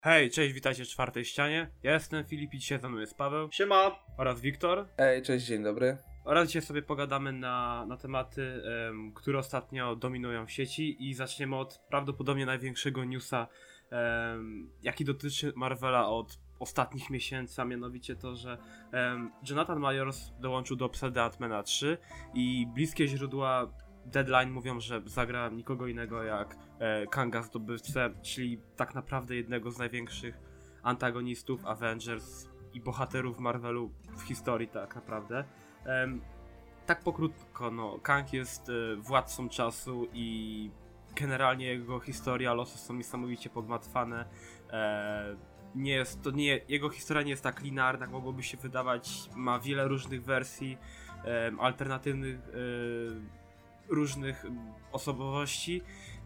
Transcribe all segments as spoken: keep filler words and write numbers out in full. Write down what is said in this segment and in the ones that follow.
Hej, cześć, witajcie w czwartej ścianie. Ja jestem Filip i dzisiaj ze mną jest Paweł. Siema! Oraz Wiktor. Ej, cześć, dzień dobry. Oraz dzisiaj sobie pogadamy na, na tematy, um, które ostatnio dominują w sieci i zaczniemy od prawdopodobnie największego newsa, um, jaki dotyczy Marvela od ostatnich miesięcy, a mianowicie to, że um, Jonathan Majors dołączył do obsady Ant-Mana trzy i bliskie źródła Deadline mówią, że zagra nikogo innego jak e, Kanga Zdobywcę, czyli tak naprawdę jednego z największych antagonistów Avengers i bohaterów Marvelu w historii tak naprawdę. E, tak pokrótko, no, Kang jest e, władcą czasu i generalnie jego historia, losy są niesamowicie pogmatwane. E, nie jest, to nie, jego historia nie jest tak linearna, jak mogłoby się wydawać, ma wiele różnych wersji, e, alternatywnych e, różnych osobowości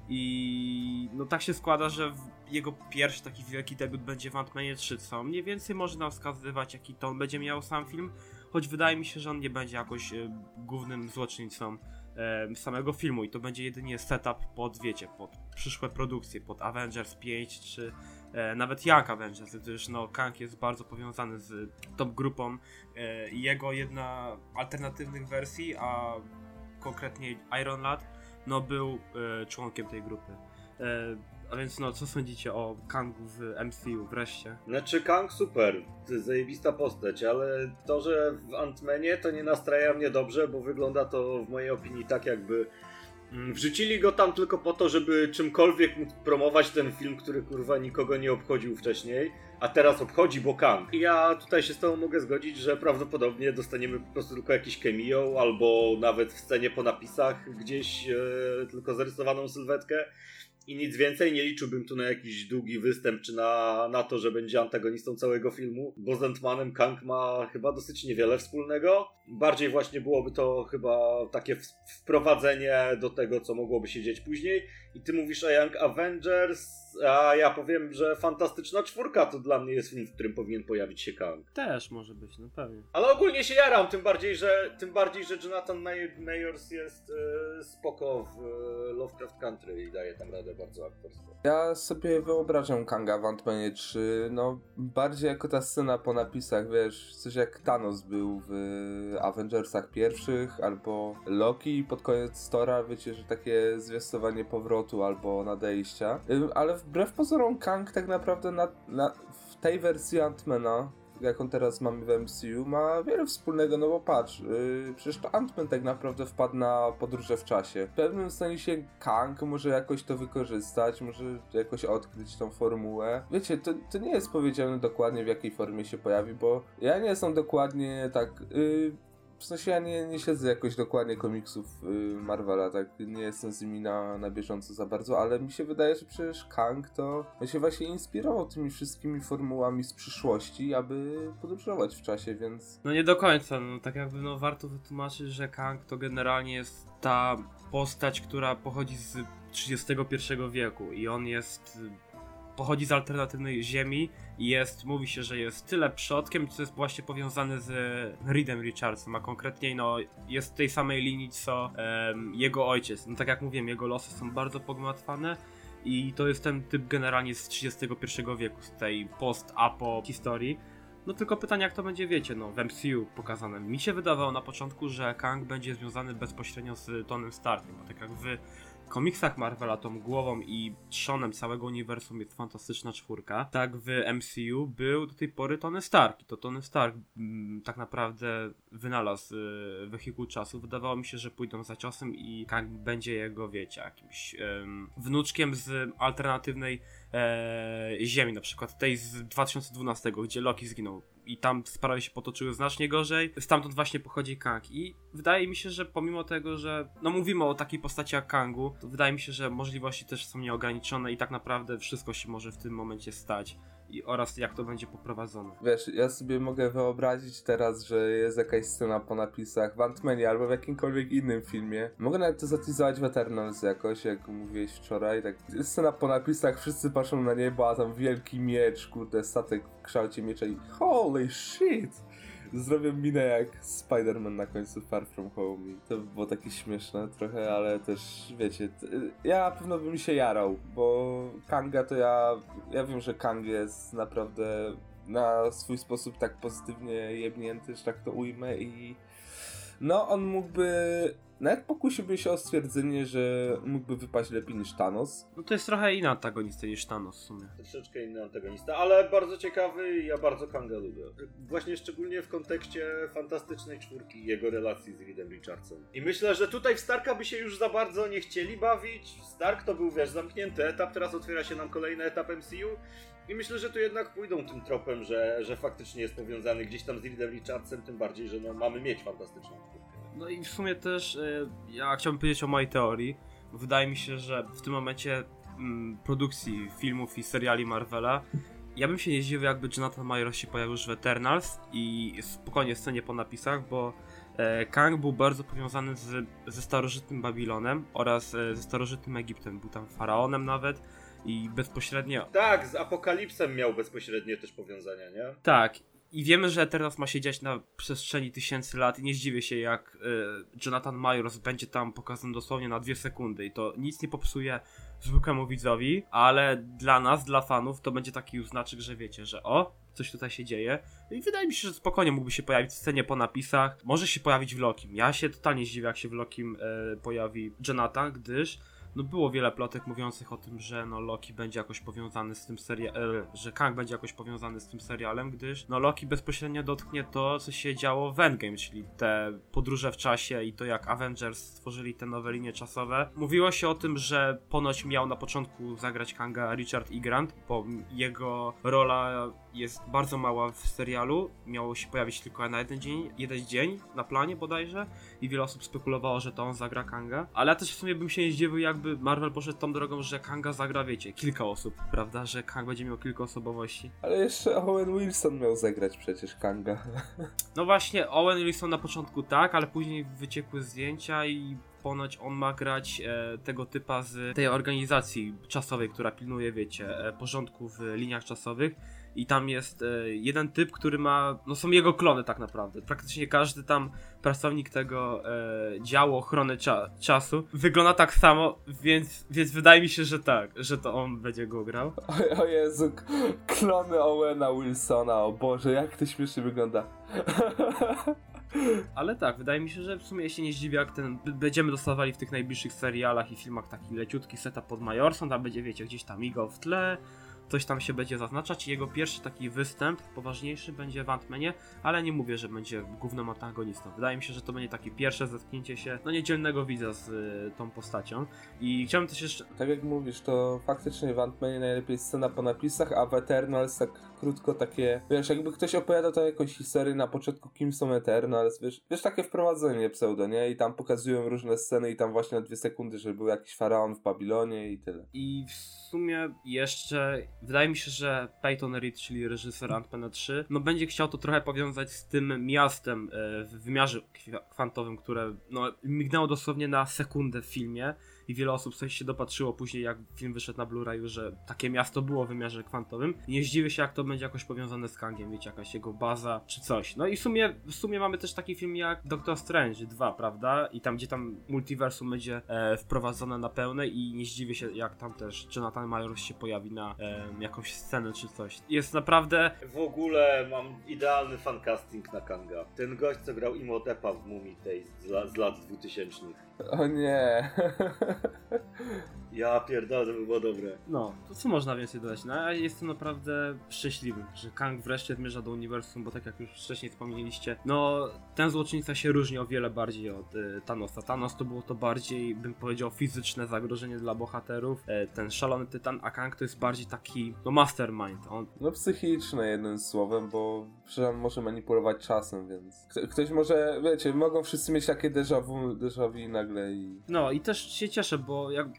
i no tak się składa, że jego pierwszy taki wielki debiut będzie w Ant-Manie trzy, co mniej więcej może nam wskazywać, jaki ton będzie miał sam film, choć wydaje mi się, że on nie będzie jakoś e, głównym złoczyńcą e, samego filmu i to będzie jedynie setup pod, wiecie, pod przyszłe produkcje, pod Avengers pięć czy e, nawet Young Avengers, gdyż no Kang jest bardzo powiązany z tą grupą e, i jego jedna alternatywnych wersji, a konkretnie Iron Lad, no był e, członkiem tej grupy. E, a więc no, co sądzicie o Kangu w M C U wreszcie? Znaczy Kang super, to jest zajebista postać, ale to, że w Ant-Manie to nie nastraja mnie dobrze, bo wygląda to w mojej opinii tak, jakby mm, wrzucili go tam tylko po to, żeby czymkolwiek mógł promować ten film, który kurwa nikogo nie obchodził wcześniej, a teraz obchodzi, bo Kang. I ja tutaj się z tobą mogę zgodzić, że prawdopodobnie dostaniemy po prostu tylko jakiś cameo, albo nawet w scenie po napisach gdzieś e, tylko zarysowaną sylwetkę. I nic więcej, nie liczyłbym tu na jakiś długi występ, czy na, na to, że będzie antagonistą całego filmu, bo z Ant-Manem Kang ma chyba dosyć niewiele wspólnego. Bardziej właśnie byłoby to chyba takie w, wprowadzenie do tego, co mogłoby się dziać później. I ty mówisz o Young Avengers, a ja powiem, że Fantastyczna Czwórka to dla mnie jest film, w którym powinien pojawić się Kang. Też może być, no pewnie. Ale ogólnie się jaram, tym bardziej, że tym bardziej, że Jonathan Majors jest e, spoko w e, Lovecraft Country i daje tam radę bardzo aktorstwo. Ja sobie wyobrażam Kanga w Ant-Manie trzy, no bardziej jako ta scena po napisach, wiesz, coś jak Thanos był w Avengersach pierwszych, albo Loki pod koniec Thora, wiecie, że takie zwiastowanie powrotu albo nadejścia. Ale wbrew pozorom Kang tak naprawdę na, na, w tej wersji Ant-Mana, jaką teraz mamy w M C U, ma wiele wspólnego, no bo patrz, yy, przecież to Ant-Man tak naprawdę wpadł na podróże w czasie. W pewnym sensie Kang może jakoś to wykorzystać, może jakoś odkryć tą formułę. Wiecie, to, to nie jest powiedziane dokładnie, w jakiej formie się pojawi, bo ja nie jestem dokładnie tak... Yy, W sensie ja nie, nie siedzę jakoś dokładnie komiksów y, Marvela, tak nie jestem z nimi na, na bieżąco za bardzo, ale mi się wydaje, że przecież Kang to on się właśnie inspirował tymi wszystkimi formułami z przyszłości, aby podróżować w czasie, więc... No nie do końca, no tak jakby no warto wytłumaczyć, że Kang to generalnie jest ta postać, która pochodzi z trzydziestego pierwszego wieku i on jest... pochodzi z alternatywnej ziemi i jest, mówi się, że jest tyle przodkiem, co jest właśnie powiązany z Reedem Richardsem, a konkretniej no jest w tej samej linii co um, jego ojciec. No tak jak mówiłem, jego losy są bardzo pogmatwane i to jest ten typ generalnie z trzydziestego pierwszego wieku, z tej post-apo historii. No tylko pytanie, jak to będzie, wiecie, no w M C U pokazane. Mi się wydawało na początku, że Kang będzie związany bezpośrednio z Tonym Starkiem, bo tak jak w komiksach Marvela tą głową i trzonem całego uniwersum jest Fantastyczna Czwórka, tak w M C U był do tej pory Tony Stark. I to Tony Stark m, tak naprawdę wynalazł y, wehikuł czasu. Wydawało mi się, że pójdą za ciosem i Kang będzie jego, wiecie, jakimś y, wnuczkiem z alternatywnej e, ziemi, na przykład tej z dwa tysiące dwunastego, gdzie Loki zginął. I tam sprawy się potoczyły znacznie gorzej. Stamtąd właśnie pochodzi Kang. I wydaje mi się, że pomimo tego, że no mówimy o takiej postaci jak Kangu, to wydaje mi się, że możliwości też są nieograniczone i tak naprawdę wszystko się może w tym momencie stać. I oraz jak to będzie poprowadzone. Wiesz, ja sobie mogę wyobrazić teraz, że jest jakaś scena po napisach w Ant-Manie albo w jakimkolwiek innym filmie. Mogę nawet to zatizować w Eternals jakoś, jak mówiłeś wczoraj. Tak, jest scena po napisach, wszyscy patrzą na niebo, a tam wielki miecz, kurde, statek w kształcie miecza i holy shit! zrobię minę jak Spider-Man na końcu Far From Home i to by było takie śmieszne trochę, ale też wiecie, t- ja na pewno bym się jarał, bo Kanga to ja, ja wiem, że Kang jest naprawdę na swój sposób tak pozytywnie jebnięty, że tak to ujmę i no on mógłby, nawet pokusiłbym się o stwierdzenie, że mógłby wypaść lepiej niż Thanos. No to jest trochę inny antagonista niż Thanos w sumie. Troszeczkę inny antagonista, ale bardzo ciekawy i ja bardzo Kanga lubię. Właśnie szczególnie w kontekście Fantastycznej Czwórki i jego relacji z Reedem Richardsem. I myślę, że tutaj w Starka by się już za bardzo nie chcieli bawić. Stark to był, wiesz, zamknięty etap, teraz otwiera się nam kolejny etap M C U. I myślę, że tu jednak pójdą tym tropem, że, że faktycznie jest powiązany gdzieś tam z Reedem Richardsem, tym bardziej, że no, mamy mieć Fantastyczną Czwórkę. No i w sumie też y, ja chciałbym powiedzieć o mojej teorii. Wydaje mi się, że w tym momencie mm, produkcji filmów i seriali Marvela ja bym się nie zdziwił, jakby Jonathan Majors się pojawił już w Eternals i spokojnie scenie po napisach, bo e, Kang był bardzo powiązany z, ze starożytnym Babilonem oraz e, ze starożytnym Egiptem. Był tam faraonem nawet i bezpośrednio... Tak, z Apokalipsem miał bezpośrednie też powiązania, nie? Tak. I wiemy, że teraz ma się dziać na przestrzeni tysięcy lat i nie zdziwię się, jak y, Jonathan Majors będzie tam pokazany dosłownie na dwie sekundy i to nic nie popsuje zwykłemu widzowi, ale dla nas, dla fanów to będzie taki już znaczek, że wiecie, że o, coś tutaj się dzieje i wydaje mi się, że spokojnie mógłby się pojawić w scenie po napisach, może się pojawić w Lokim. Ja się totalnie zdziwię, jak się w Lokim y, pojawi Jonathan, gdyż no było wiele plotek mówiących o tym, że no Loki będzie jakoś powiązany z tym serialem, że Kang będzie jakoś powiązany z tym serialem, gdyż no Loki bezpośrednio dotknie to, co się działo w Endgame, czyli te podróże w czasie i to, jak Avengers stworzyli te nowe linie czasowe. Mówiło się o tym, że ponoć miał na początku zagrać Kanga Richard E. Grant, bo jego rola jest bardzo mała w serialu, miało się pojawić tylko na jeden dzień, jeden dzień na planie bodajże i wiele osób spekulowało, że to on zagra Kanga, ale ja też w sumie bym się nie zdziwił, jakby Marvel poszedł tą drogą, że Kanga zagra, wiecie, kilka osób, prawda, że Kang będzie miał kilka osobowości. Ale jeszcze Owen Wilson miał zagrać przecież Kanga. No właśnie, Owen Wilson na początku tak, ale później wyciekły zdjęcia i ponoć on ma grać e, tego typa z tej organizacji czasowej, która pilnuje, wiecie, e, porządku w liniach czasowych. I tam jest e, jeden typ, który ma, no są jego klony tak naprawdę. Praktycznie każdy tam pracownik tego e, działu ochrony cza- czasu wygląda tak samo, więc, więc wydaje mi się, że tak, że to on będzie go grał. O, o Jezu, k- klony Owena Wilsona, o Boże, jak to śmiesznie wygląda. Ale tak, wydaje mi się, że w sumie się nie zdziwię, jak ten b- będziemy dostawali w tych najbliższych serialach i filmach taki leciutki setup pod Majorsem, tam będzie, wiecie, gdzieś tam Igo w tle, coś tam się będzie zaznaczać i jego pierwszy taki występ, poważniejszy, będzie w Ant-Manie, ale nie mówię, że będzie głównym antagonistą. Wydaje mi się, że to będzie takie pierwsze zetknięcie się, no niedzielnego widza z y, tą postacią. I chciałbym też jeszcze... Tak jak mówisz, to faktycznie w Ant-Manie najlepiej scena po napisach, a w Eternals tak krótko takie, wiesz, jakby ktoś opowiadał tam jakąś historię na początku, kim są Eternals, wiesz, wiesz, takie wprowadzenie pseudo, nie? I tam pokazują różne sceny i tam właśnie na dwie sekundy, że był jakiś faraon w Babilonie i tyle. I w sumie jeszcze wydaje mi się, że Peyton Reed, czyli reżyser Ant-Mana trzy, no będzie chciał to trochę powiązać z tym miastem w wymiarze kwantowym, które no mignęło dosłownie na sekundę w filmie i wiele osób sobie się dopatrzyło później, jak film wyszedł na Blu-rayu, że takie miasto było w wymiarze kwantowym. Nie zdziwię się, jak to będzie jakoś powiązane z Kangiem, wiecie, jakaś jego baza czy coś. No i w sumie, w sumie mamy też taki film jak Doctor Strange dwa, prawda? I tam, gdzie tam multiversum będzie e, wprowadzone na pełne i nie zdziwię się, jak tam też Jonathan Majors się pojawi na e, jakąś scenę czy coś. Jest naprawdę... W ogóle mam idealny fancasting na Kanga. Ten gość, co grał Imhotepa w Mumii tej z, la, z lat dwutysięcznych. O nie. Ja pierdolę, to by było dobre. No, to co można więcej dodać? No, ja jestem naprawdę szczęśliwy, że Kang wreszcie zmierza do uniwersum, bo tak jak już wcześniej wspomnieliście, no ten złoczyńca się różni o wiele bardziej od y, Thanosa. Thanos to było to bardziej, bym powiedział, fizyczne zagrożenie dla bohaterów, e, ten szalony tytan, a Kang to jest bardziej taki, no mastermind. On... No psychiczne jednym słowem, bo przecież on może manipulować czasem, więc Kto, ktoś może, wiecie, mogą wszyscy mieć takie déjà vu, déjà vu nagle i... No i też się cieszę, bo jak to oznacza,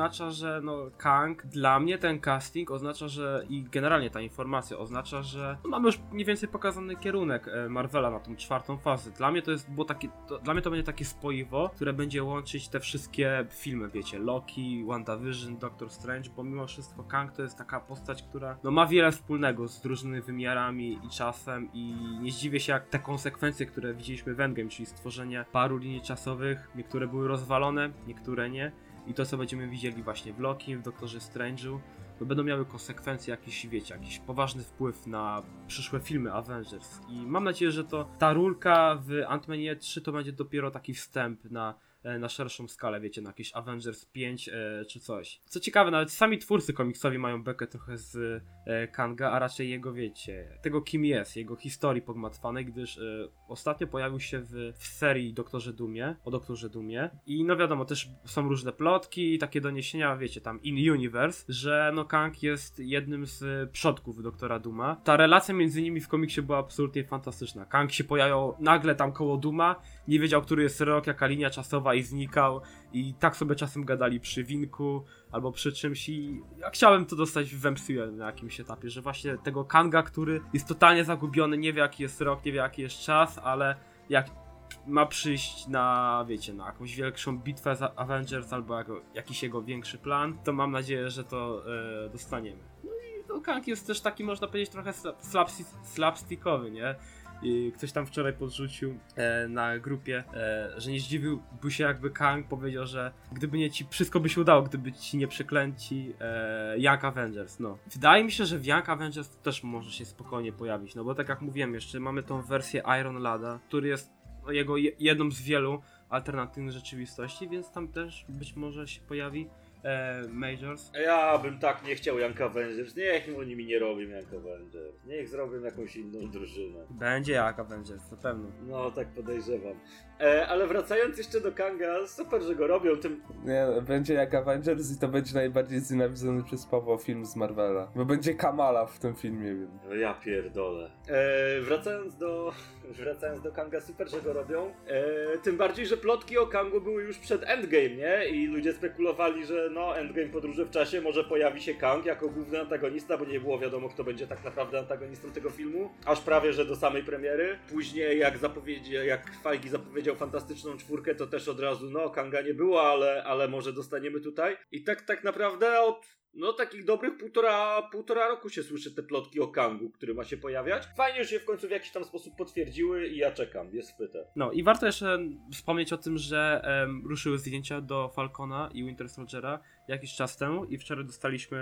oznacza, że no Kang, dla mnie ten casting oznacza, że i generalnie ta informacja oznacza, że no, mamy już mniej więcej pokazany kierunek Marvela na tą czwartą fazę. Dla mnie to jest, było takie, to, dla mnie to będzie takie spoiwo, które będzie łączyć te wszystkie filmy, wiecie, Loki, WandaVision, Doctor Strange, bo mimo wszystko Kang to jest taka postać, która no ma wiele wspólnego z różnymi wymiarami i czasem i nie zdziwię się, jak te konsekwencje, które widzieliśmy w Endgame, czyli stworzenie paru linii czasowych, niektóre były rozwalone, niektóre nie. I to, co będziemy widzieli właśnie w Loki, w Doktorze Strange'u, to będą miały konsekwencje jakieś, wiecie, jakiś poważny wpływ na przyszłe filmy Avengers. I mam nadzieję, że to ta rulka w Ant-Manie trzy to będzie dopiero taki wstęp na na szerszą skalę, wiecie, na jakieś Avengers pięć e, czy coś. Co ciekawe, nawet sami twórcy komiksowi mają bekę trochę z e, Kanga, a raczej jego, wiecie, tego kim jest, jego historii pogmatwanej, gdyż e, ostatnio pojawił się w, w serii Doktorze Doomie, o Doktorze Doomie i no wiadomo, też są różne plotki i takie doniesienia, wiecie, tam in-universe, że no Kang jest jednym z przodków Doktora Dooma. Ta relacja między nimi w komiksie była absolutnie fantastyczna. Kang się pojawiał nagle tam koło Dooma, nie wiedział, który jest rok, jaka linia czasowa i znikał i tak sobie czasem gadali przy winku albo przy czymś i ja chciałem to dostać w M C U na jakimś etapie, że właśnie tego Kanga, który jest totalnie zagubiony, nie wie jaki jest rok, nie wie jaki jest czas, ale jak ma przyjść na, wiecie, na jakąś większą bitwę z Avengers albo jako, jakiś jego większy plan, to mam nadzieję, że to e, dostaniemy. No i no, Kang jest też taki, można powiedzieć, trochę slapstick, slapstickowy, nie? I ktoś tam wczoraj podrzucił e, na grupie, e, że nie zdziwiłby się, jakby Kang powiedział, że gdyby nie ci, wszystko by się udało, gdyby ci nie przeklęci e, Young Avengers, no. Wydaje mi się, że w Young Avengers to też może się spokojnie pojawić, no bo tak jak mówiłem, jeszcze mamy tą wersję Iron Lada, który jest no, jego je, jedną z wielu alternatywnych rzeczywistości, więc tam też być może się pojawi E, Majors. Ja bym tak nie chciał Young Avengers. Niech oni mi nie robią Young Avengers. Niech zrobią jakąś inną drużynę. Będzie Young Avengers, na pewno. No, tak podejrzewam. E, ale wracając jeszcze do Kanga, super, że go robią tym... Nie, będzie jak Avengers i to będzie najbardziej znienawidzony przez Pawła film z Marvela. Bo będzie Kamala w tym filmie, więc... No ja pierdolę. E, wracając do... Wracając do Kanga, super, że go robią. E, tym bardziej, że plotki o Kangu były już przed Endgame, nie? I ludzie spekulowali, że no, Endgame Podróże w czasie, może pojawi się Kang jako główny antagonista, bo nie było wiadomo, kto będzie tak naprawdę antagonistą tego filmu. Aż prawie, że do samej premiery. Później, jak zapowiedzi, jak Feige zapowiedział Fantastyczną Czwórkę, to też od razu, no, Kanga nie było, ale, ale może dostaniemy tutaj. I tak, tak naprawdę od no takich dobrych półtora, półtora roku się słyszy te plotki o Kangu, który ma się pojawiać. Fajnie, że się w końcu w jakiś tam sposób potwierdziły i ja czekam, jest wpyte. No i warto jeszcze wspomnieć o tym, że um, ruszyły zdjęcia do Falcona i Winter Soldiera jakiś czas temu i wczoraj dostaliśmy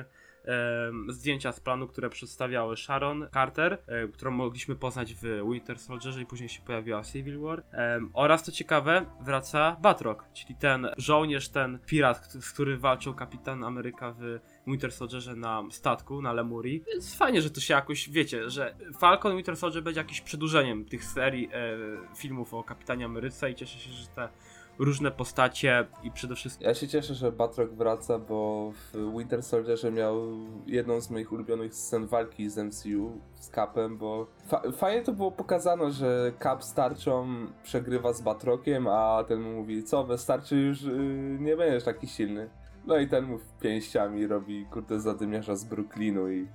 um, zdjęcia z planu, które przedstawiały Sharon Carter, um, którą mogliśmy poznać w Winter Soldierze i później się pojawiła Civil War. Um, oraz co ciekawe, wraca Batroc, czyli ten żołnierz, ten pirat, z którym walczył Kapitan Ameryka w Winter Soldierze na statku, na Lemurii. Więc fajnie, że to się jakoś, wiecie, że Falcon i Winter Soldier będzie jakimś przedłużeniem tych serii e, filmów o Kapitanie Ameryce i cieszę się, że te różne postacie i przede wszystkim... Ja się cieszę, że Batroc wraca, bo w Winter Soldierze miał jedną z moich ulubionych scen walki z M C U, z Capem, bo fa- fajnie to było pokazane, że Cap z tarczą przegrywa z Batrociem, a ten mu mówi, co, bez tarczy już yy, nie będziesz taki silny. No i ten mu pięściami robi, kurde, zadymiarza z Brooklynu i,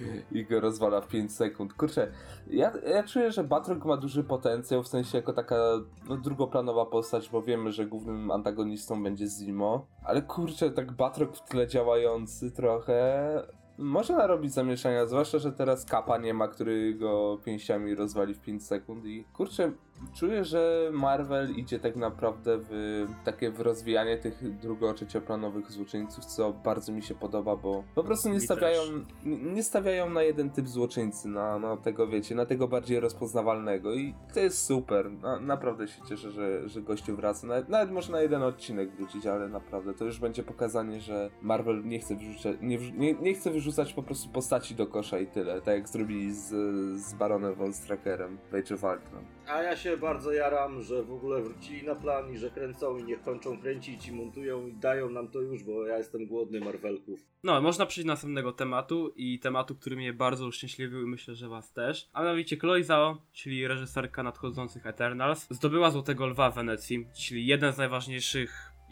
i go rozwala w pięć sekund. Kurczę, ja, ja czuję, że Batroc ma duży potencjał, w sensie jako taka no, drugoplanowa postać, bo wiemy, że głównym antagonistą będzie Zemo. Ale kurczę, tak Batroc w tle działający trochę... Może narobić zamieszania, zwłaszcza, że teraz Capa nie ma, który go pięściami rozwali w pięć sekund i kurczę, czuję, że Marvel idzie tak naprawdę w takie w rozwijanie tych drugo-trzecioplanowych złoczyńców, co bardzo mi się podoba, bo po prostu nie stawiają, nie stawiają na jeden typ złoczyńcy, na, na tego, wiecie, na tego bardziej rozpoznawalnego i to jest super. Na, naprawdę się cieszę, że, że gościu wraca. Nawet, nawet może na jeden odcinek wrócić, ale naprawdę to już będzie pokazanie, że Marvel nie chce wyrzucać, nie, nie, nie chce wyrzucać po prostu postaci do kosza i tyle, tak jak zrobili z, z Baronem von Struckerem w Age of Ultron. A ja się bardzo jaram, że w ogóle wrócili na plan i że kręcą i niech kończą kręcić i montują i dają nam to już, bo ja jestem głodny Marvelków. No, można przejść do następnego tematu i tematu, który mnie bardzo uszczęśliwił i myślę, że was też. A mianowicie Chloe Zhao, czyli reżyserka nadchodzących Eternals, zdobyła Złotego Lwa w Wenecji, czyli jeden z najważniejszych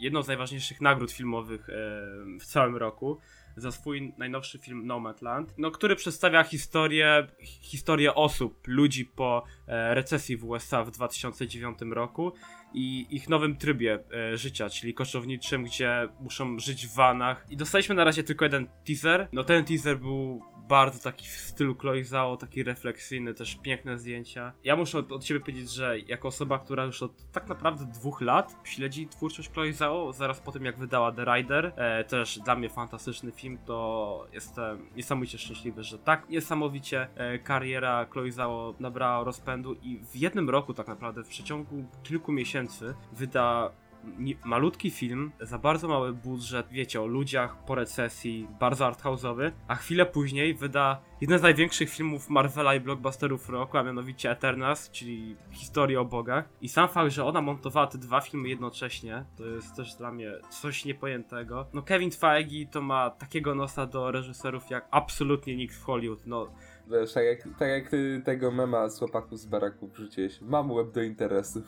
jedną z najważniejszych nagród filmowych e, w całym roku za swój najnowszy film Nomadland, no, który przedstawia historię, historię osób, ludzi po e, recesji w U S A w dwa tysiące dziewiątym roku i ich nowym trybie e, życia, czyli koczowniczym, gdzie muszą żyć w vanach. I dostaliśmy na razie tylko jeden teaser. No ten teaser był bardzo taki w stylu Chloe Zhao, taki refleksyjny, też piękne zdjęcia. Ja muszę od, od siebie powiedzieć, że jako osoba, która już od tak naprawdę dwóch lat śledzi twórczość Chloe Zhao, zaraz po tym jak wydała The Rider, e, też dla mnie fantastyczny film, to jestem niesamowicie szczęśliwy, że tak niesamowicie e, kariera Chloe Zhao nabrała rozpędu i w jednym roku tak naprawdę, w przeciągu kilku miesięcy wyda Nie, malutki film za bardzo mały budżet, wiecie, o ludziach po recesji, bardzo arthouse'owy, a chwilę później wyda jeden z największych filmów Marvela i blockbusterów roku, a mianowicie Eternals, czyli historię o bogach. I sam fakt, że ona montowała te dwa filmy jednocześnie, to jest też dla mnie coś niepojętego. No Kevin Feige to ma takiego nosa do reżyserów jak absolutnie nikt w Hollywood, no. Wiesz, tak jak, tak jak ty tego mema z chłopaków z baraku wrzuciłeś. Mam łeb do interesów.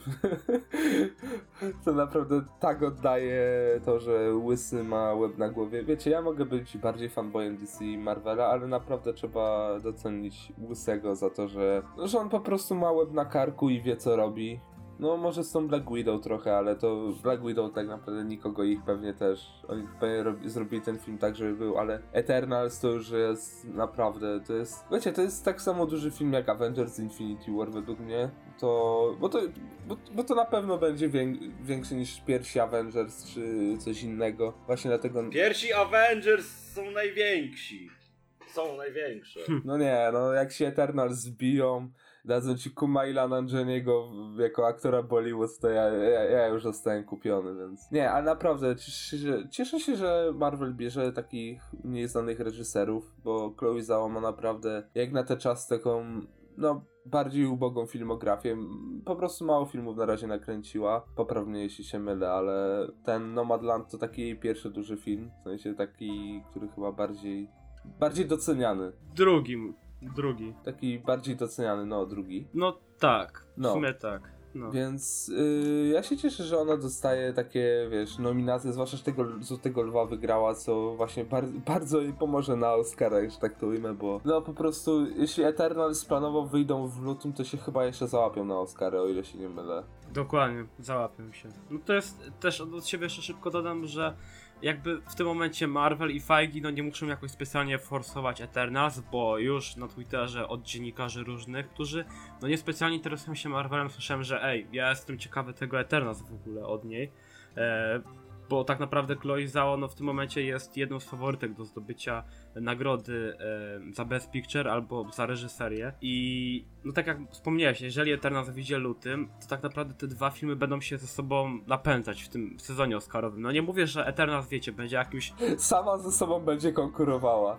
To naprawdę tak oddaje to, że Łysy ma łeb na głowie. Wiecie, ja mogę być bardziej fanboyem D C i Marvela, ale naprawdę trzeba docenić Łysego za to, że, że on po prostu ma łeb na karku i wie co robi. No może z tą Black Widow trochę, ale to Black Widow tak naprawdę nikogo ich pewnie też, oni pewnie robi, zrobili ten film tak, żeby był, ale Eternals to już jest naprawdę, to jest, wiecie, to jest tak samo duży film jak Avengers Infinity War według mnie, to, bo to, bo, bo to na pewno będzie wię, większy niż pierwsi Avengers czy coś innego, właśnie dlatego... Pierwsi Avengers są najwięksi, są największe. No nie, no jak się Eternals zbiją, dadzą ci Kumaila Nanjianiego jako aktora Bollywood, to ja, ja, ja już zostałem kupiony, więc... Nie, ale naprawdę cieszę się, że, cieszę się, że Marvel bierze takich mniej znanych reżyserów, bo Chloe Zhao ma naprawdę, jak na te czas, taką, no, bardziej ubogą filmografię. Po prostu mało filmów na razie nakręciła. Popraw mnie, jeśli się mylę, ale ten Nomadland to taki jej pierwszy duży film, w sensie taki, który chyba bardziej, bardziej doceniany. Drugim. Drugi. Taki bardziej doceniany, no, drugi. No tak, w no. sumie tak. No. Więc yy, ja się cieszę, że ona dostaje takie, wiesz, nominacje, zwłaszcza, że tego Złotego Lwa wygrała, co właśnie bar- bardzo jej pomoże na Oscarach, że tak to ujmę, bo no po prostu, jeśli Eternals planowo wyjdą w lutym, to się chyba jeszcze załapią na Oscary, o ile się nie mylę. Dokładnie, załapię się. No to jest też od siebie jeszcze szybko dodam, że jakby w tym momencie Marvel i Feige no nie muszą jakoś specjalnie forsować Eternals, bo już na Twitterze od dziennikarzy różnych, którzy no niespecjalnie interesują się Marvelem, słyszałem, że ej, ja jestem ciekawy tego Eternals w ogóle od niej, e, bo tak naprawdę Chloe Zhao no w tym momencie jest jedną z faworytek do zdobycia nagrody e, za Best Picture albo za reżyserię i no tak jak wspomniałeś, jeżeli Eternals wyjdzie lutym, to tak naprawdę te dwa filmy będą się ze sobą napędzać w tym sezonie oscarowym. No nie mówię, że Eternals, wiecie, będzie jakimś... Sama ze sobą będzie konkurowała.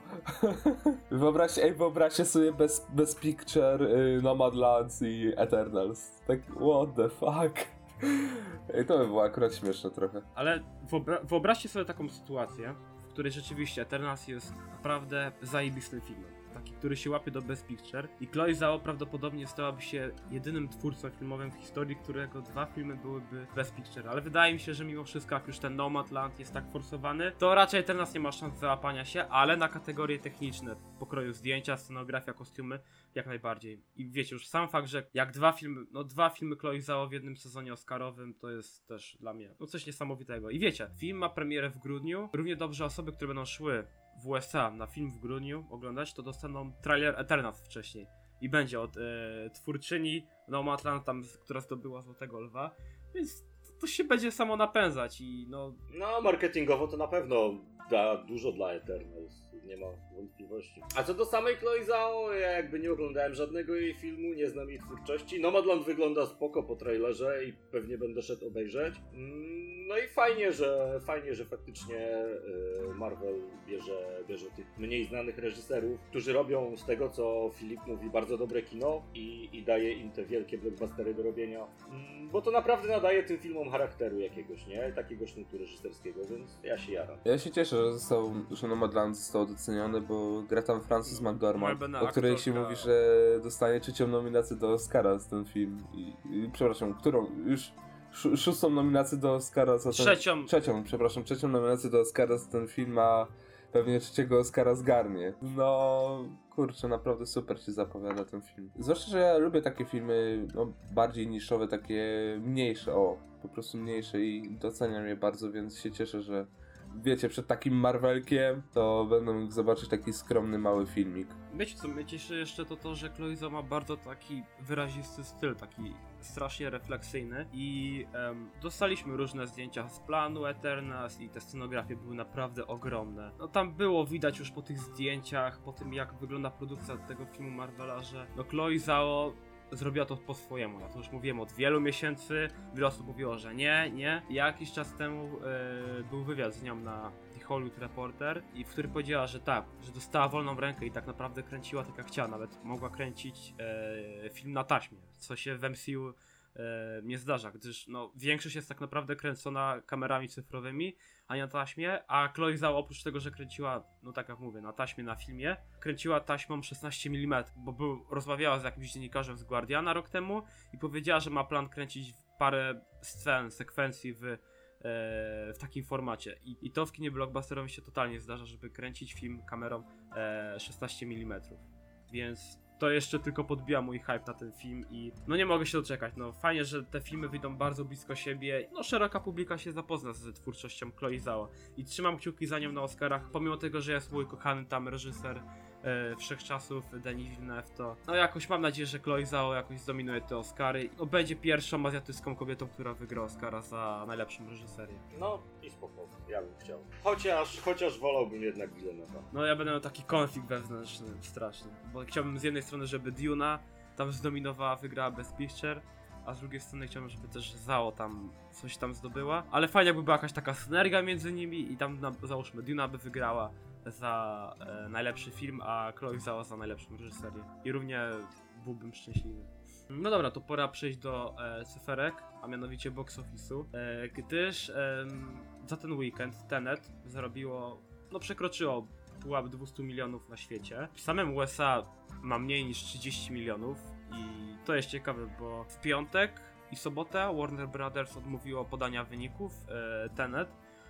Wyobraź, ej, wyobraźcie sobie Best, Best Picture, y, Nomadlands i Eternals. Tak, what the fuck? Ej, to by było akurat śmieszne trochę. Ale wyobra- wyobraźcie sobie taką sytuację, w której rzeczywiście Eternals jest naprawdę zajebistym filmem. Taki, który się łapie do Best Picture i Chloe Zhao prawdopodobnie stałaby się jedynym twórcą filmowym w historii, którego dwa filmy byłyby Best Picture. Ale wydaje mi się, że mimo wszystko, jak już ten Nomadland jest tak forsowany, to raczej Eternals nie ma szans załapania się, ale na kategorie techniczne, pokroju zdjęcia, scenografia, kostiumy, jak najbardziej. I wiecie, już sam fakt, że jak dwa filmy, no dwa filmy Chloe Zhao w jednym sezonie oscarowym, to jest też dla mnie no coś niesamowitego. I wiecie, film ma premierę w grudniu, równie dobrze osoby, które będą szły w U S A na film w grudniu oglądać, to dostaną trailer Eternals wcześniej. I będzie od e, twórczyni Nomadland, tam, która zdobyła Złotego Lwa, więc to się będzie samo napędzać i no... No, marketingowo to na pewno da dużo dla Eternals, nie ma wątpliwości. A co do samej Chloe Zhao, ja jakby nie oglądałem żadnego jej filmu, nie znam jej twórczości. Nomadland wygląda spoko po trailerze i pewnie będę szedł obejrzeć. No i fajnie, że fajnie, że faktycznie Marvel bierze, bierze tych mniej znanych reżyserów, którzy robią z tego, co Filip mówi, bardzo dobre kino i, i daje im te wielkie blockbustery do robienia. Bo to naprawdę nadaje tym filmom charakteru jakiegoś, nie? Takiego sznutu reżyserskiego, więc ja się jaram. Ja się cieszę, że został, że Nomadland został doceniony, bo gra tam Frances McDormand, o której się mówi, że dostanie trzecią nominację do Oscara z ten film. I, i przepraszam, którą? Już Sz- szóstą nominację do Oscara za ten... Trzecią. Trzecią, przepraszam, trzecią nominację do Oscara za ten film, a pewnie trzeciego Oscara zgarnie. No, kurczę, naprawdę super się zapowiada ten film. Zwłaszcza, że ja lubię takie filmy, no, bardziej niszowe, takie mniejsze, o, po prostu mniejsze i doceniam je bardzo, więc się cieszę, że wiecie, przed takim Marvelkiem to będę mógł zobaczyć taki skromny, mały filmik. Wiecie co, mnie cieszy jeszcze to to, że Chloe Zhao ma bardzo taki wyrazisty styl, taki strasznie refleksyjny i um, dostaliśmy różne zdjęcia z planu Eternals i te scenografie były naprawdę ogromne. No tam było widać już po tych zdjęciach, po tym jak wygląda produkcja tego filmu Marvela, że no Chloe Zhao zrobiła to po swojemu, ja to już mówiłem od wielu miesięcy, wiele osób mówiło, że nie, nie. Jakiś czas temu yy, był wywiad z nią na The Hollywood Reporter, i w którym powiedziała, że tak, że dostała wolną rękę i tak naprawdę kręciła tak jak chciała, nawet mogła kręcić yy, film na taśmie, co się w M C U E, nie zdarza, gdyż no, większość jest tak naprawdę kręcona kamerami cyfrowymi, a nie na taśmie, a Chloe Zhao oprócz tego, że kręciła, no tak jak mówię, na taśmie, na filmie, kręciła taśmą szesnaście milimetrów, bo był, rozmawiała z jakimś dziennikarzem z Guardiana rok temu i powiedziała, że ma plan kręcić parę scen, sekwencji w, e, w takim formacie. I, I to w kinie blockbusterowym się totalnie zdarza, żeby kręcić film kamerą e, szesnaście milimetrów, więc to jeszcze tylko podbija mój hype na ten film i no nie mogę się doczekać. No fajnie, że te filmy wyjdą bardzo blisko siebie. No szeroka publika się zapozna z twórczością Chloe Zhao i trzymam kciuki za nią na Oscarach, pomimo tego, że jest mój kochany tam reżyser e, wszechczasów Denis Villeneuve, to no jakoś mam nadzieję, że Chloe Zhao jakoś zdominuje te Oscary. No będzie pierwszą azjatycką kobietą, która wygra Oscara za najlepszą reżyserię. No i spoko, ja bym chciał. Chociaż, chociaż wolałbym jednak Villeneuve'a. No ja będę miał taki konflikt wewnętrzny straszny, bo chciałbym z jednej strony, żeby Duna tam zdominowała, wygrała Best Picture, a z drugiej strony chciałbym, żeby też Zhao tam coś tam zdobyła, ale fajnie jakby była jakaś taka synergia między nimi i tam na, załóżmy Duna by wygrała za e, najlepszy film, a Chloe Zhao za najlepszą reżyserię i równie byłbym szczęśliwy. No dobra, to pora przejść do e, cyferek, a mianowicie box office'u, e, gdyż e, za ten weekend Tenet zarobiło, no przekroczyło pułap dwieście milionów na świecie. W samym U S A ma mniej niż trzydzieści milionów i to jest ciekawe, bo w piątek i sobotę Warner Brothers odmówiło podania wyników e, Tenet,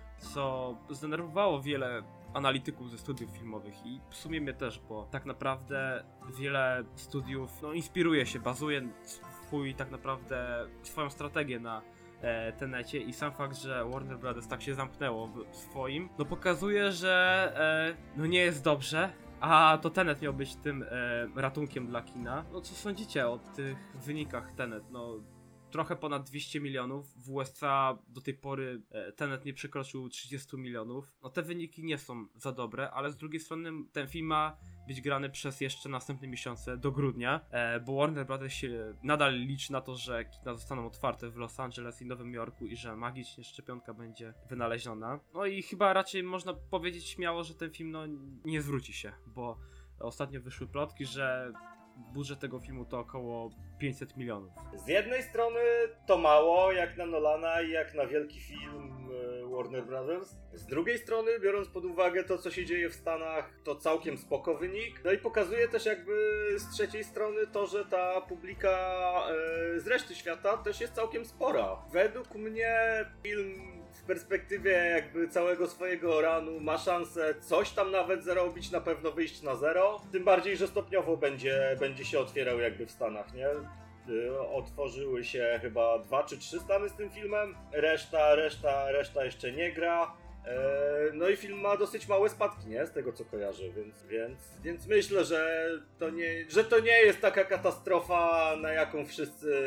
co zdenerwowało wiele analityków ze studiów filmowych i w sumie mnie też, bo tak naprawdę wiele studiów no, inspiruje się, bazuje swój tak naprawdę swoją strategię na e, Tenecie i sam fakt, że Warner Brothers tak się zamknęło w swoim, no pokazuje, że e, no nie jest dobrze, a to Tenet miał być tym e, ratunkiem dla kina. No co sądzicie o tych wynikach Tenet? No trochę ponad dwieście milionów, w U S A do tej pory e, Tenet nie przekroczył trzydzieści milionów. No te wyniki nie są za dobre, ale z drugiej strony ten film ma być grany przez jeszcze następne miesiące do grudnia, e, bo Warner Brothers się nadal liczy na to, że kina zostaną otwarte w Los Angeles i Nowym Jorku i że magicznie szczepionka będzie wynaleziona. No i chyba raczej można powiedzieć śmiało, że ten film no, nie zwróci się, bo ostatnio wyszły plotki, że budżet tego filmu to około pięćset milionów. Z jednej strony to mało, jak na Nolana i jak na wielki film Warner Brothers. Z drugiej strony, biorąc pod uwagę to, co się dzieje w Stanach, to całkiem spoko wynik. No i pokazuje też jakby z trzeciej strony to, że ta publika z reszty świata też jest całkiem spora. Według mnie film w perspektywie jakby całego swojego runu ma szansę coś tam nawet zarobić, na pewno wyjść na zero. Tym bardziej, że stopniowo będzie, będzie się otwierał jakby w Stanach, nie? Otworzyły się chyba dwa czy trzy Stany z tym filmem, reszta, reszta, reszta jeszcze nie gra. No i film ma dosyć małe spadki, nie? Z tego co kojarzę, więc, więc, więc myślę, że to, nie, że to nie jest taka katastrofa, na jaką wszyscy,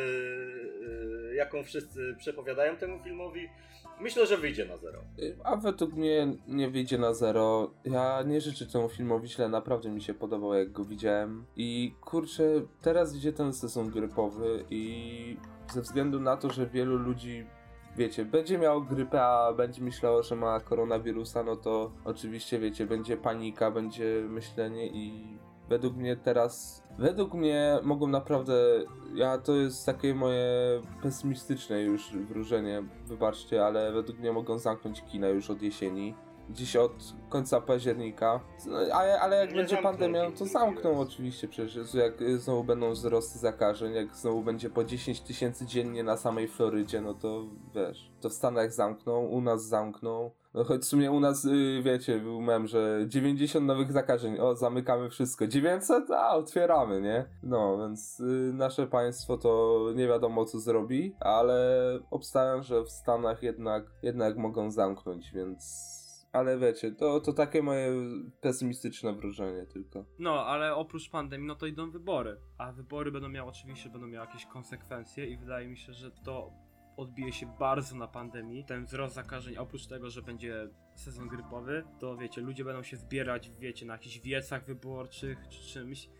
jaką wszyscy przepowiadają temu filmowi. Myślę, że wyjdzie na zero. A według mnie nie wyjdzie na zero. Ja nie życzę temu filmowi źle, naprawdę mi się podobał, jak go widziałem. I kurczę, teraz idzie ten sezon grypowy i ze względu na to, że wielu ludzi, wiecie, będzie miało grypę, a będzie myślało, że ma koronawirusa, no to oczywiście, wiecie, będzie panika, będzie myślenie i według mnie teraz, według mnie mogą naprawdę, ja to jest takie moje pesymistyczne już wróżenie, wybaczcie, ale według mnie mogą zamknąć kina już od jesieni gdzieś od końca października. No, ale, ale jak Nie będzie zamkną, pandemia, no nie to jest. zamkną oczywiście przecież. Jezu, jak y, znowu będą wzrosty zakażeń, jak znowu będzie po dziesięć tysięcy dziennie na samej Florydzie, no to wiesz, to w Stanach zamkną, u nas zamkną. No choć w sumie u nas, y, wiecie, był mem, że dziewięćdziesiąt nowych zakażeń, o, zamykamy wszystko. dziewięćset? A, otwieramy, nie? No, więc y, nasze państwo to nie wiadomo co zrobi, ale obstawiam, że w Stanach jednak, jednak mogą zamknąć, więc... Ale wiecie, to, to takie moje pesymistyczne wrażenie tylko. No, ale oprócz pandemii, no to idą wybory. A wybory będą miały, oczywiście, będą miały jakieś konsekwencje i wydaje mi się, że to odbije się bardzo na pandemii. Ten wzrost zakażeń, oprócz tego, że będzie sezon grypowy, to wiecie, ludzie będą się zbierać, wiecie, na jakichś wiecach wyborczych czy czymś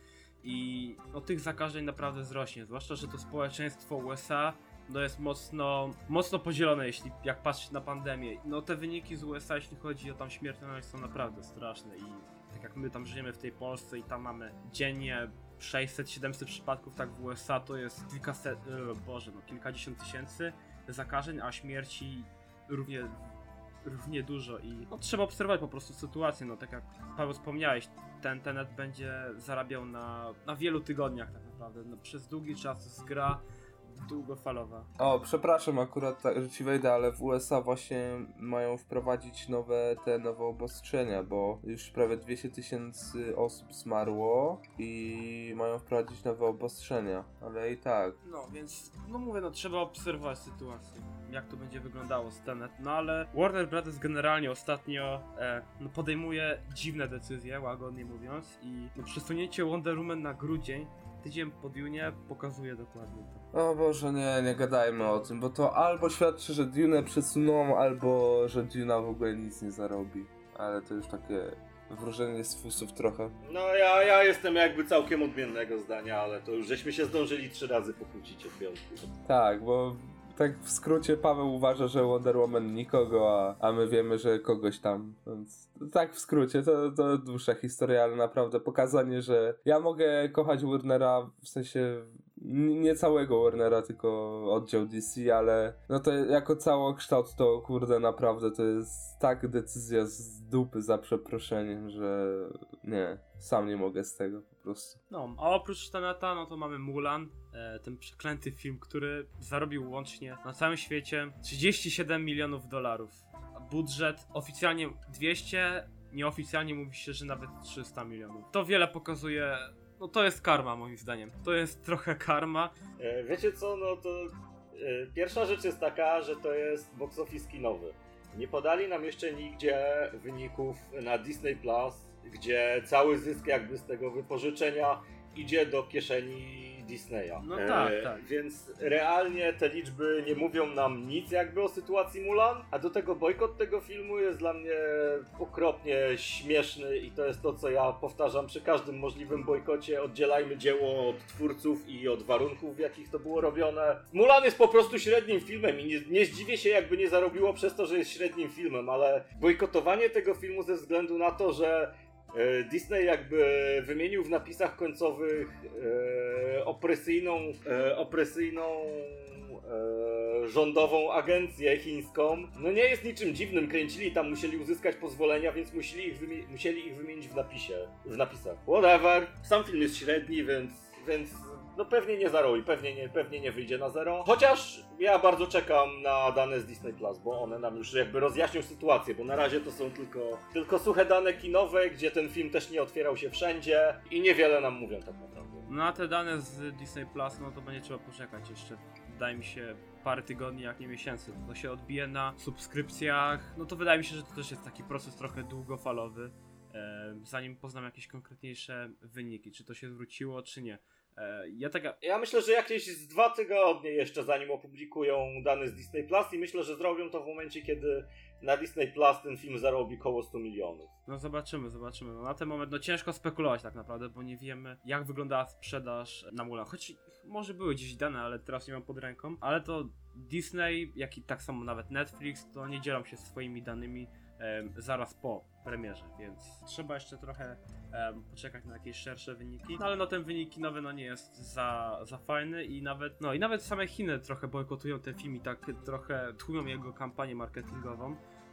i no tych zakażeń naprawdę wzrośnie, zwłaszcza, że to społeczeństwo U S A no jest mocno, mocno podzielone, jeśli jak patrzeć na pandemię. No te wyniki z U S A, jeśli chodzi o tam śmiertelność, są naprawdę straszne i tak jak my tam żyjemy w tej Polsce i tam mamy dziennie sześćset siedemset przypadków, tak w U S A to jest kilkaset, e, boże, no kilkadziesiąt tysięcy zakażeń, a śmierci równie, równie dużo i no trzeba obserwować po prostu sytuację, no tak jak Paweł wspomniałeś, ten tenet będzie zarabiał na, na wielu tygodniach tak naprawdę, no, przez długi czas jest gra długofalowa. O, przepraszam, akurat tak, że ci wejdę, ale w U S A właśnie mają wprowadzić nowe, te nowe obostrzenia, bo już prawie dwieście tysięcy osób zmarło i mają wprowadzić nowe obostrzenia, ale i tak. No, więc, no mówię, no trzeba obserwować sytuację, jak to będzie wyglądało z Tenet, no ale Warner Brothers generalnie ostatnio e, no, podejmuje dziwne decyzje, łagodnie mówiąc, i no, przesunięcie Wonder Woman na grudzień, tydzień po Dune, pokazuje dokładnie to. O Boże, nie, nie gadajmy o tym, bo to albo świadczy, że Dune przesuną, albo że Duna w ogóle nic nie zarobi. Ale to już takie wróżenie z fusów trochę. No ja, ja jestem jakby całkiem odmiennego zdania, ale to już żeśmy się zdążyli trzy razy pokłócić od piątku. Tak, bo tak w skrócie Paweł uważa, że Wonder Woman nikogo, a, a my wiemy, że kogoś tam. Więc tak w skrócie, to, to dłuższa historia, ale naprawdę pokazanie, że ja mogę kochać Warnera, w sensie nie całego Warnera, tylko oddział D C, ale no to jako całokształt to kurde naprawdę to jest tak decyzja z dupy za przeproszeniem, że nie, sam nie mogę z tego po prostu. No, a oprócz Teneta, no to mamy Mulan, e, ten przeklęty film, który zarobił łącznie na całym świecie trzydzieści siedem milionów dolarów. A budżet oficjalnie dwieście, nieoficjalnie mówi się, że nawet trzysta milionów. To wiele pokazuje, no to jest karma moim zdaniem. To jest trochę karma. E, wiecie co, no to e, pierwsza rzecz jest taka, że to jest box office kinowy. Nie podali nam jeszcze nigdzie wyników na Disney Plus, gdzie cały zysk jakby z tego wypożyczenia idzie do kieszeni Disneya. No tak, tak. Więc realnie te liczby nie mówią nam nic jakby o sytuacji Mulan, a do tego bojkot tego filmu jest dla mnie okropnie śmieszny i to jest to, co ja powtarzam przy każdym możliwym bojkocie. Oddzielajmy dzieło od twórców i od warunków, w jakich to było robione. Mulan jest po prostu średnim filmem i nie, nie zdziwię się, jakby nie zarobiło przez to, że jest średnim filmem, ale bojkotowanie tego filmu ze względu na to, że Disney jakby wymienił w napisach końcowych e, opresyjną, e, opresyjną e, rządową agencję chińską. No nie jest niczym dziwnym, kręcili tam, musieli uzyskać pozwolenia, więc musieli ich, wymi- musieli ich wymienić w napisie, w napisach. Whatever, sam film jest średni, więc, więc no pewnie nie zarobi, pewnie nie, pewnie nie wyjdzie na zero. Chociaż ja bardzo czekam na dane z Disney Plus, bo one nam już jakby rozjaśnią sytuację, bo na razie to są tylko, tylko suche dane kinowe, gdzie ten film też nie otwierał się wszędzie i niewiele nam mówią tak naprawdę. No a te dane z Disney Plus, no to będzie trzeba poczekać jeszcze, wydaje mi się, parę tygodni, jak nie miesięcy. To się odbije na subskrypcjach, no to wydaje mi się, że to też jest taki proces trochę długofalowy, e, zanim poznam jakieś konkretniejsze wyniki, czy to się zwróciło, czy nie. Ja, taka... ja myślę, że jakieś z dwa tygodnie jeszcze zanim opublikują dane z Disney Plus i myślę, że zrobią to w momencie, kiedy na Disney Plus ten film zarobi koło sto milionów. No zobaczymy, zobaczymy. No, na ten moment no ciężko spekulować tak naprawdę, bo nie wiemy jak wyglądała sprzedaż na Mulan. Choć może były gdzieś dane, ale teraz nie mam pod ręką. Ale to Disney, jak i tak samo nawet Netflix, to nie dzielą się swoimi danymi um, zaraz po premierze, więc trzeba jeszcze trochę um, poczekać na jakieś szersze wyniki. No ale no ten wynik kinowy no nie jest za, za fajny i nawet no i nawet same Chiny trochę bojkotują ten film i tak trochę tłumią jego kampanię marketingową.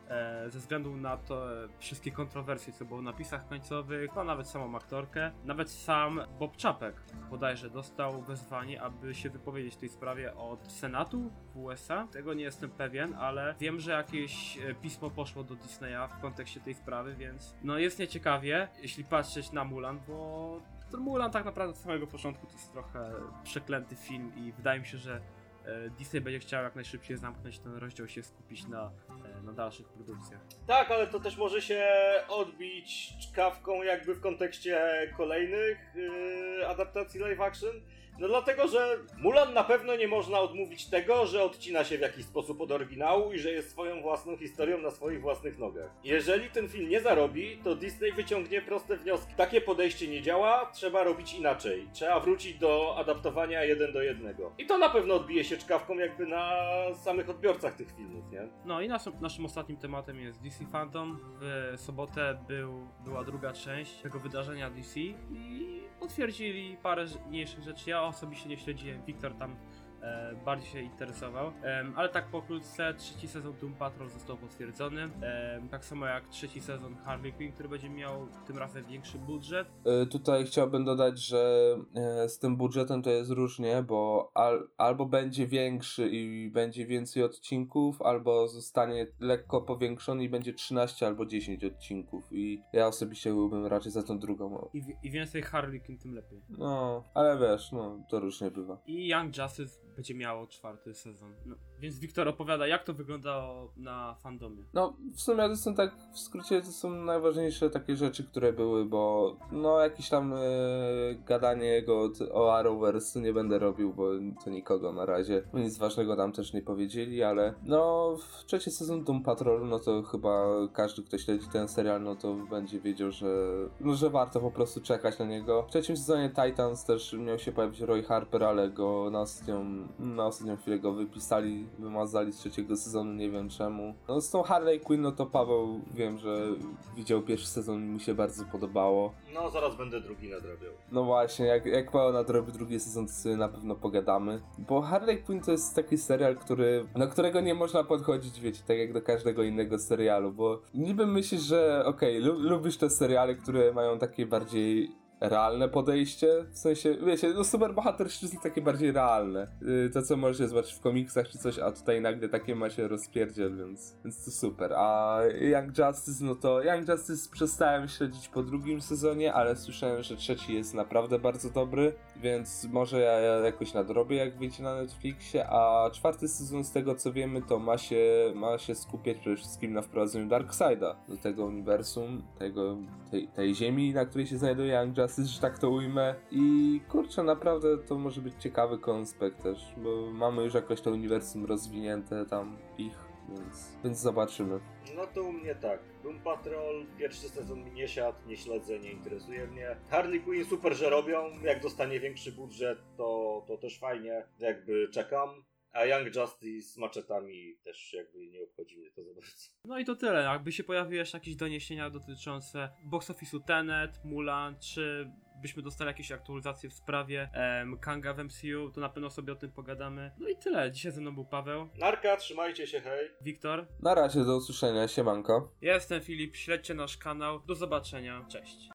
e, ze względu na to e, wszystkie kontrowersje, co było w napisach końcowych, no nawet samą aktorkę. Nawet sam Bob Chapek bodajże dostał wezwanie, aby się wypowiedzieć w tej sprawie od Senatu w U S A. Tego nie jestem pewien, ale wiem, że jakieś e, pismo poszło do Disneya w kontekście tej sprawy, więc no jest nieciekawie, jeśli patrzeć na Mulan, bo ten Mulan tak naprawdę od samego początku to jest trochę przeklęty film i wydaje mi się, że Disney będzie chciał jak najszybciej zamknąć ten rozdział, się skupić na, na dalszych produkcjach. Tak, ale to też może się odbić czkawką jakby w kontekście kolejnych yy, adaptacji live action. No dlatego, że Mulan na pewno nie można odmówić tego, że odcina się w jakiś sposób od oryginału i że jest swoją własną historią na swoich własnych nogach. Jeżeli ten film nie zarobi, to Disney wyciągnie proste wnioski. Takie podejście nie działa, trzeba robić inaczej. Trzeba wrócić do adaptowania jeden do jednego. I to na pewno odbije się czkawką jakby na samych odbiorcach tych filmów, nie? No i naszym, naszym ostatnim tematem jest D C Fandom. W sobotę był, była druga część tego wydarzenia D C i potwierdzili parę mniejszych rzeczy. Ja osobiście nie śledziłem, Wiktor tam e, bardziej się interesował, e, ale tak pokrótce trzeci sezon Doom Patrol został potwierdzony, e, tak samo jak trzeci sezon Harley Quinn, który będzie miał tym razem większy budżet. E, tutaj chciałbym dodać, że e, z tym budżetem to jest różnie, bo al, albo będzie większy i będzie więcej odcinków, albo zostanie lekko powiększony i będzie trzynaście albo dziesięć odcinków i ja osobiście byłbym raczej za tą drugą. I, I więcej Harley Quinn, tym lepiej. No, ale wiesz, no to różnie bywa. I Young Justice będzie miało czwarty sezon. No, więc Wiktor opowiada, jak to wyglądało na fandomie. No, w sumie to są tak, w skrócie to są najważniejsze takie rzeczy, które były, bo no jakieś tam e, gadanie jego o Arrowverse nie będę robił, bo to nikogo na razie. Nic ważnego tam też nie powiedzieli, ale no w trzeci sezon Doom Patrol, no to chyba każdy, kto śledzi ten serial, no to będzie wiedział, że no, że warto po prostu czekać na niego. W trzecim sezonie Titans też miał się pojawić Roy Harper, ale go na ostatnią, na ostatnią chwilę go wypisali, wymazali z trzeciego sezonu, nie wiem czemu. No z tą Harley Quinn, no to Paweł wiem, że widział pierwszy sezon i mu się bardzo podobało. No zaraz będę drugi nadrabiał. No właśnie, jak, jak Paweł nadrobi drugi sezon, to sobie na pewno pogadamy. Bo Harley Quinn to jest taki serial, który, do którego nie można podchodzić, wiecie, tak jak do każdego innego serialu, bo niby myślisz, że okej, okay, lubisz te seriale, które mają takie bardziej realne podejście, w sensie, wiecie, no superbohaterszczyzny takie bardziej realne. Yy, to, co możecie zobaczyć w komiksach czy coś, a tutaj nagle takie ma się rozpierdziel, więc, więc to super. A Young Justice, no to Young Justice przestałem śledzić po drugim sezonie, ale słyszałem, że trzeci jest naprawdę bardzo dobry, więc może ja, ja jakoś nadrobię, jak wyjdzie na Netflixie, a czwarty sezon, z tego co wiemy, to ma się, ma się skupiać przede wszystkim na wprowadzeniu Darkseida do tego uniwersum, tego, tej, tej ziemi, na której się znajduje Young Justice, że tak to ujmę. I kurczę, naprawdę to może być ciekawy konspekt też, bo mamy już jakoś to uniwersum rozwinięte tam ich, więc, więc zobaczymy. No to u mnie tak. Doom Patrol, pierwszy sezon mi nie siadł, nie śledzę, nie interesuje mnie. Harley Quinn super, że robią, jak dostanie większy budżet, to, to też fajnie, jakby czekam. A Young Justice z maczetami też jakby nie obchodzi mnie to za bardzo. No i to tyle. Jakby się pojawiły jeszcze jakieś doniesienia dotyczące box office'u Tenet, Mulan, czy byśmy dostali jakieś aktualizacje w sprawie um, Kanga w M C U, to na pewno sobie o tym pogadamy. No i tyle. Dzisiaj ze mną był Paweł. Narka, trzymajcie się, hej. Wiktor. Na razie, do usłyszenia, siemanko. Ja jestem Filip, śledźcie nasz kanał. Do zobaczenia. Cześć.